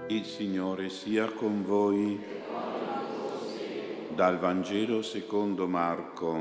Il Signore sia con voi. Dal Vangelo secondo Marco.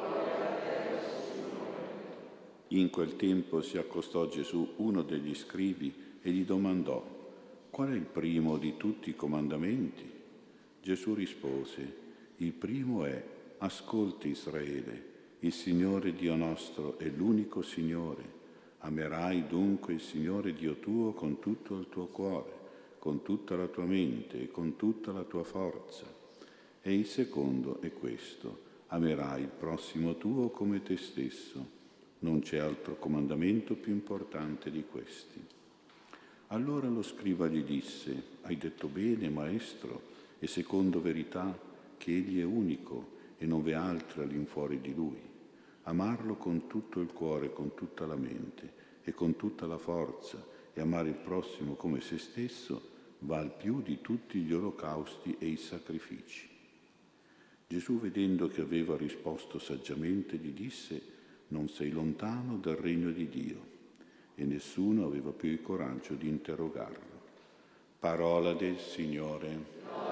In quel tempo si accostò Gesù uno degli scribi e gli domandò: qual è il primo di tutti i comandamenti? Gesù rispose: il primo è: ascolti Israele, il Signore Dio nostro è l'unico Signore. Amerai dunque il Signore Dio tuo con tutto il tuo cuore, con tutta la tua mente e con tutta la tua forza. E il secondo è questo: amerai il prossimo tuo come te stesso. Non c'è altro comandamento più importante di questi. Allora lo scriba gli disse: hai detto bene, maestro, e secondo verità, che egli è unico e non v'è altro all'infuori di lui. Amarlo con tutto il cuore, con tutta la mente e con tutta la forza, e amare il prossimo come se stesso val più di tutti gli olocausti e i sacrifici. Gesù, vedendo che aveva risposto saggiamente, gli disse: non sei lontano dal regno di Dio. E nessuno aveva più il coraggio di interrogarlo. Parola del Signore.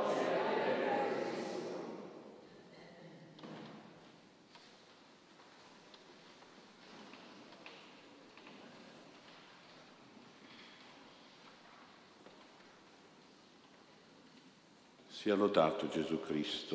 Sia lodato Gesù Cristo.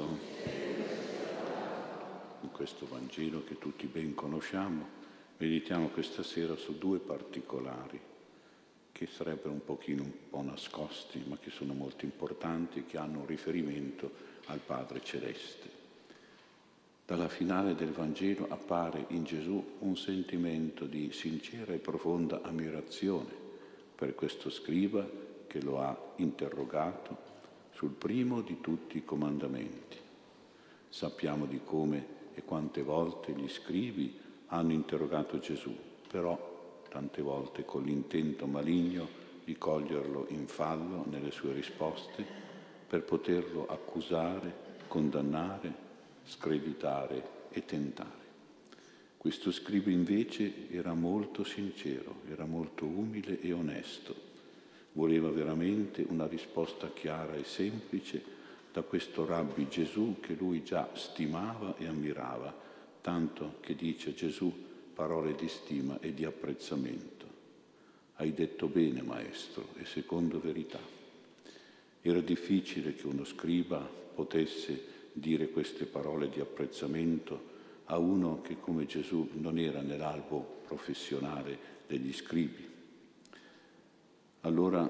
In questo Vangelo che tutti ben conosciamo, meditiamo questa sera su due particolari che sarebbero un po' nascosti, ma che sono molto importanti e che hanno un riferimento al Padre Celeste. Dalla finale del Vangelo appare in Gesù un sentimento di sincera e profonda ammirazione per questo scriba che lo ha interrogato sul primo di tutti i comandamenti. Sappiamo di come e quante volte gli scribi hanno interrogato Gesù, però tante volte con l'intento maligno di coglierlo in fallo nelle sue risposte per poterlo accusare, condannare, screditare e tentare. Questo scriba invece era molto sincero, era molto umile e onesto. Voleva veramente una risposta chiara e semplice da questo Rabbi Gesù che lui già stimava e ammirava, tanto che dice Gesù parole di stima e di apprezzamento. Hai detto bene, maestro, e secondo verità. Era difficile che uno scriba potesse dire queste parole di apprezzamento a uno che come Gesù non era nell'albo professionale degli scribi. Allora,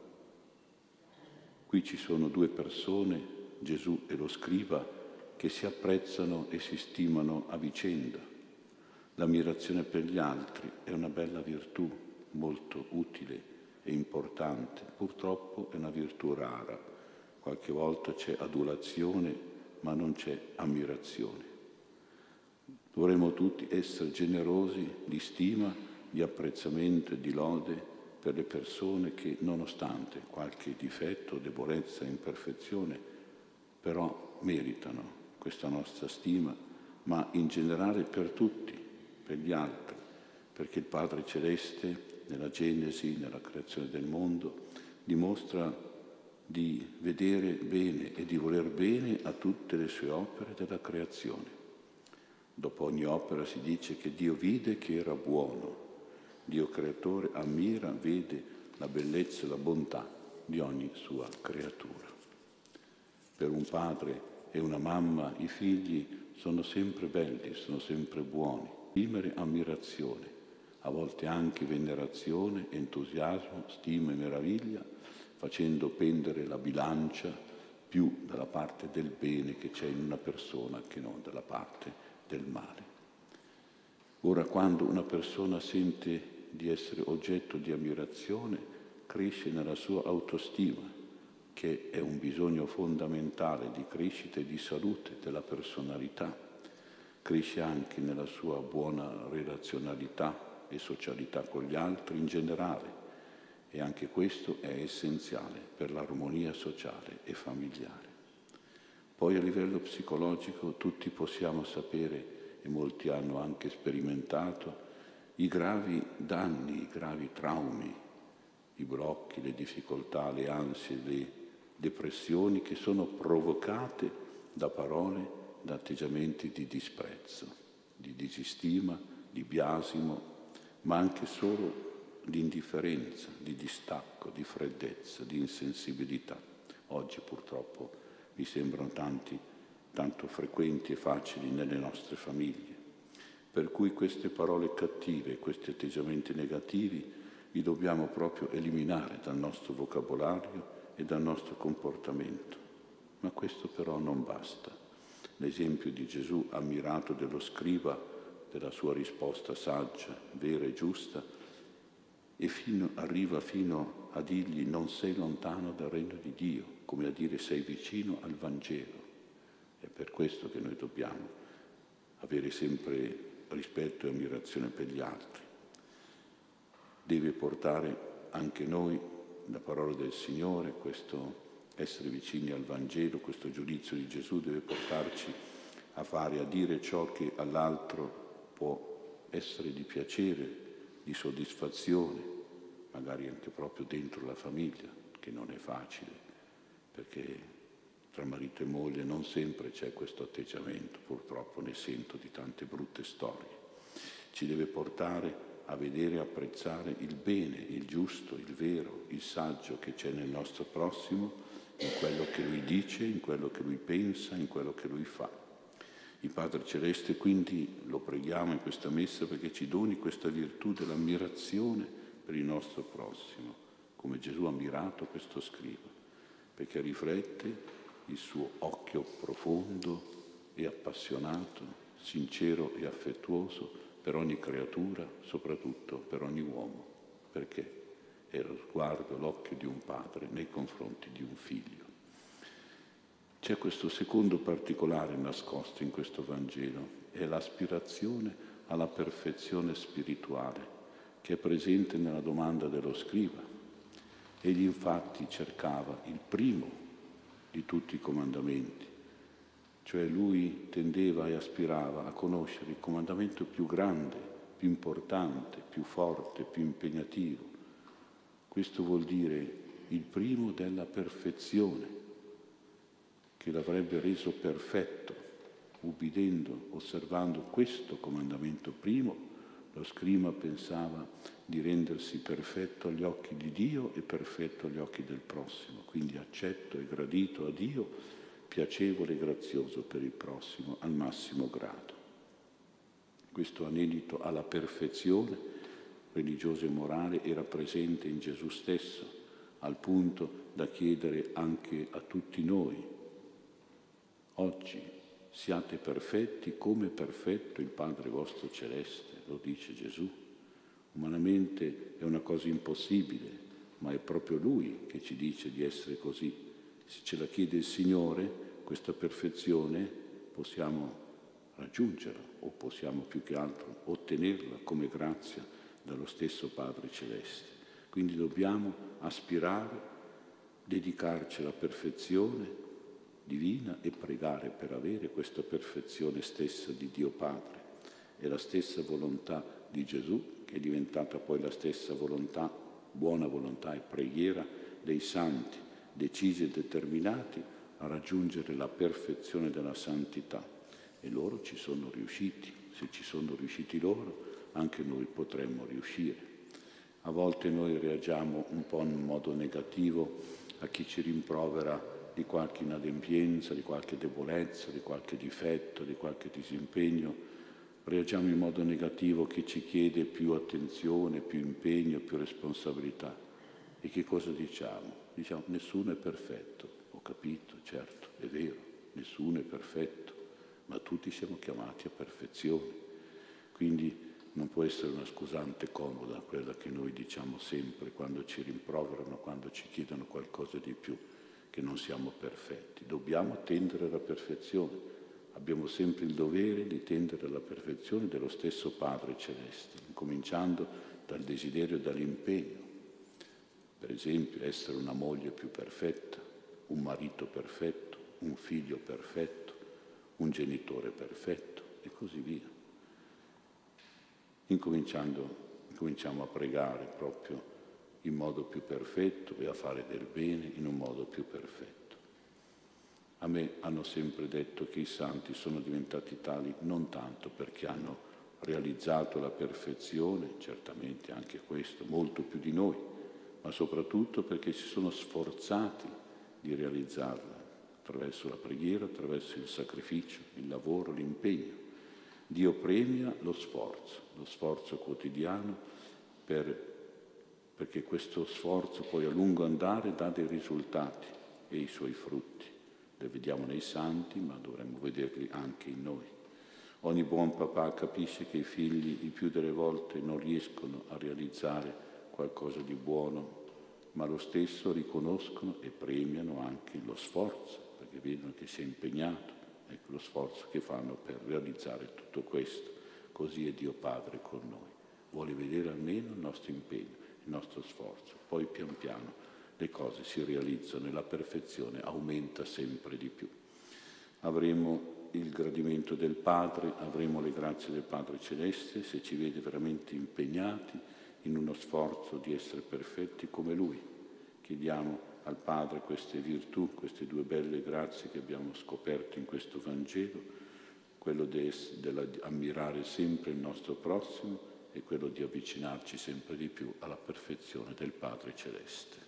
qui ci sono due persone, Gesù e lo scriba, che si apprezzano e si stimano a vicenda. L'ammirazione per gli altri è una bella virtù, molto utile e importante. Purtroppo è una virtù rara. Qualche volta c'è adulazione, ma non c'è ammirazione. Dovremmo tutti essere generosi di stima, di apprezzamento e di lode per le persone che, nonostante qualche difetto, debolezza e imperfezione, però meritano questa nostra stima, ma in generale per tutti, per gli altri, perché il Padre Celeste, nella Genesi, nella creazione del mondo, dimostra di vedere bene e di voler bene a tutte le sue opere della creazione. Dopo ogni opera si dice che Dio vide che era buono. Dio creatore ammira, vede la bellezza e la bontà di ogni sua creatura. Per un padre e una mamma i figli sono sempre belli, sono sempre buoni. Esprimere ammirazione, a volte anche venerazione, entusiasmo, stima e meraviglia, facendo pendere la bilancia più dalla parte del bene che c'è in una persona che non dalla parte del male. Ora, quando una persona sente di essere oggetto di ammirazione, cresce nella sua autostima, che è un bisogno fondamentale di crescita e di salute della personalità. Cresce anche nella sua buona relazionalità e socialità con gli altri in generale, e anche questo è essenziale per l'armonia sociale e familiare. Poi a livello psicologico tutti possiamo sapere, e molti hanno anche sperimentato, i gravi danni, i gravi traumi, i blocchi, le difficoltà, le ansie, le depressioni che sono provocate da parole, da atteggiamenti di disprezzo, di disistima, di biasimo, ma anche solo di indifferenza, di distacco, di freddezza, di insensibilità. Oggi purtroppo mi sembrano tanto frequenti e facili nelle nostre famiglie. Per cui queste parole cattive, questi atteggiamenti negativi, li dobbiamo proprio eliminare dal nostro vocabolario e dal nostro comportamento. Ma questo però non basta. L'esempio di Gesù ammirato dello scriba, della sua risposta saggia, vera e giusta, e arriva fino a dirgli non sei lontano dal regno di Dio, come a dire sei vicino al Vangelo. È per questo che noi dobbiamo avere sempre rispetto e ammirazione per gli altri. Deve portare anche noi, la parola del Signore, questo essere vicini al Vangelo, questo giudizio di Gesù deve portarci a fare, a dire ciò che all'altro può essere di piacere, di soddisfazione, magari anche proprio dentro la famiglia, che non è facile, perché tra marito e moglie non sempre c'è questo atteggiamento, purtroppo ne sento di tante brutte storie. Ci deve portare a vedere e apprezzare il bene, il giusto, il vero, il saggio che c'è nel nostro prossimo, in quello che lui dice, in quello che lui pensa, in quello che lui fa. Il Padre Celeste quindi lo preghiamo in questa messa perché ci doni questa virtù dell'ammirazione per il nostro prossimo, come Gesù ha ammirato questo scriba, perché riflette il suo occhio profondo e appassionato, sincero e affettuoso per ogni creatura, soprattutto per ogni uomo, perché è lo sguardo, l'occhio di un padre nei confronti di un figlio. C'è questo secondo particolare nascosto in questo Vangelo, è l'aspirazione alla perfezione spirituale, che è presente nella domanda dello scriba. Egli infatti cercava il primo di tutti i comandamenti, cioè lui tendeva e aspirava a conoscere il comandamento più grande, più importante, più forte, più impegnativo. Questo vuol dire il primo della perfezione, che l'avrebbe reso perfetto, ubbidendo, osservando questo comandamento primo. Lo scriba pensava di rendersi perfetto agli occhi di Dio e perfetto agli occhi del prossimo, quindi accetto e gradito a Dio, piacevole e grazioso per il prossimo al massimo grado. Questo anelito alla perfezione religiosa e morale era presente in Gesù stesso, al punto da chiedere anche a tutti noi: oggi siate perfetti come è perfetto il Padre vostro celeste, lo dice Gesù. Umanamente è una cosa impossibile, ma è proprio Lui che ci dice di essere così. Se ce la chiede il Signore, questa perfezione possiamo raggiungerla o possiamo più che altro ottenerla come grazia dallo stesso Padre Celeste. Quindi dobbiamo aspirare, dedicarci alla perfezione divina e pregare per avere questa perfezione stessa di Dio Padre. È la stessa volontà di Gesù, che è diventata poi la stessa volontà, buona volontà e preghiera dei santi, decisi e determinati a raggiungere la perfezione della santità. E loro ci sono riusciti. Se ci sono riusciti loro, anche noi potremmo riuscire. A volte noi reagiamo un po' in modo negativo a chi ci rimprovera di qualche inadempienza, di qualche debolezza, di qualche difetto, di qualche disimpegno. Reagiamo in modo negativo a chi ci chiede più attenzione, più impegno, più responsabilità. E che cosa diciamo? Diciamo: nessuno è perfetto. Ho capito, certo, è vero, nessuno è perfetto, ma tutti siamo chiamati a perfezione. Quindi non può essere una scusante comoda quella che noi diciamo sempre quando ci rimproverano, quando ci chiedono qualcosa di più, che non siamo perfetti. Dobbiamo tendere alla perfezione. Abbiamo sempre il dovere di tendere alla perfezione dello stesso Padre Celeste, cominciando dal desiderio e dall'impegno. Per esempio, essere una moglie più perfetta, un marito perfetto, un figlio perfetto, un genitore perfetto e così via. Incominciamo a pregare proprio in modo più perfetto e a fare del bene in un modo più perfetto. A me hanno sempre detto che i santi sono diventati tali non tanto perché hanno realizzato la perfezione, certamente anche questo, molto più di noi, ma soprattutto perché si sono sforzati di realizzarla attraverso la preghiera, attraverso il sacrificio, il lavoro, l'impegno. Dio premia lo sforzo quotidiano perché questo sforzo poi a lungo andare dà dei risultati e i suoi frutti. Li vediamo nei santi, ma dovremmo vederli anche in noi. Ogni buon papà capisce che i figli il più delle volte non riescono a realizzare qualcosa di buono, ma lo stesso riconoscono e premiano anche lo sforzo, perché vedono che si è impegnato, ecco lo sforzo che fanno per realizzare tutto questo. Così è Dio Padre con noi. Vuole vedere almeno il nostro impegno, il nostro sforzo. Poi pian piano le cose si realizzano e la perfezione aumenta sempre di più. Avremo il gradimento del Padre, avremo le grazie del Padre Celeste se ci vede veramente impegnati in uno sforzo di essere perfetti come Lui. Chiediamo al Padre queste virtù, queste due belle grazie che abbiamo scoperto in questo Vangelo, quello dell'ammirare sempre il nostro prossimo e quello di avvicinarci sempre di più alla perfezione del Padre Celeste.